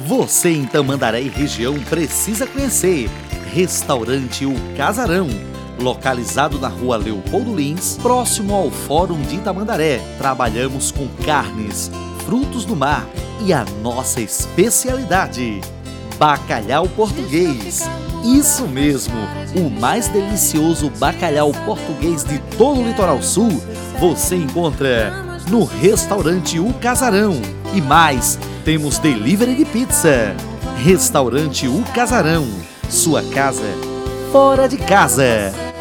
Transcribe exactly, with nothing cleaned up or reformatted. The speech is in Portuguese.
Você em Tamandaré e região precisa conhecer Restaurante O Casarão, localizado na rua Leopoldo Lins, próximo ao Fórum de Tamandaré. Trabalhamos com carnes, frutos do mar e a nossa especialidade, bacalhau português. Isso mesmo, o mais delicioso bacalhau português de todo o Litoral Sul você encontra no Restaurante O Casarão. E mais, temos delivery de pizza. Restaurante O Casarão, sua casa fora de casa.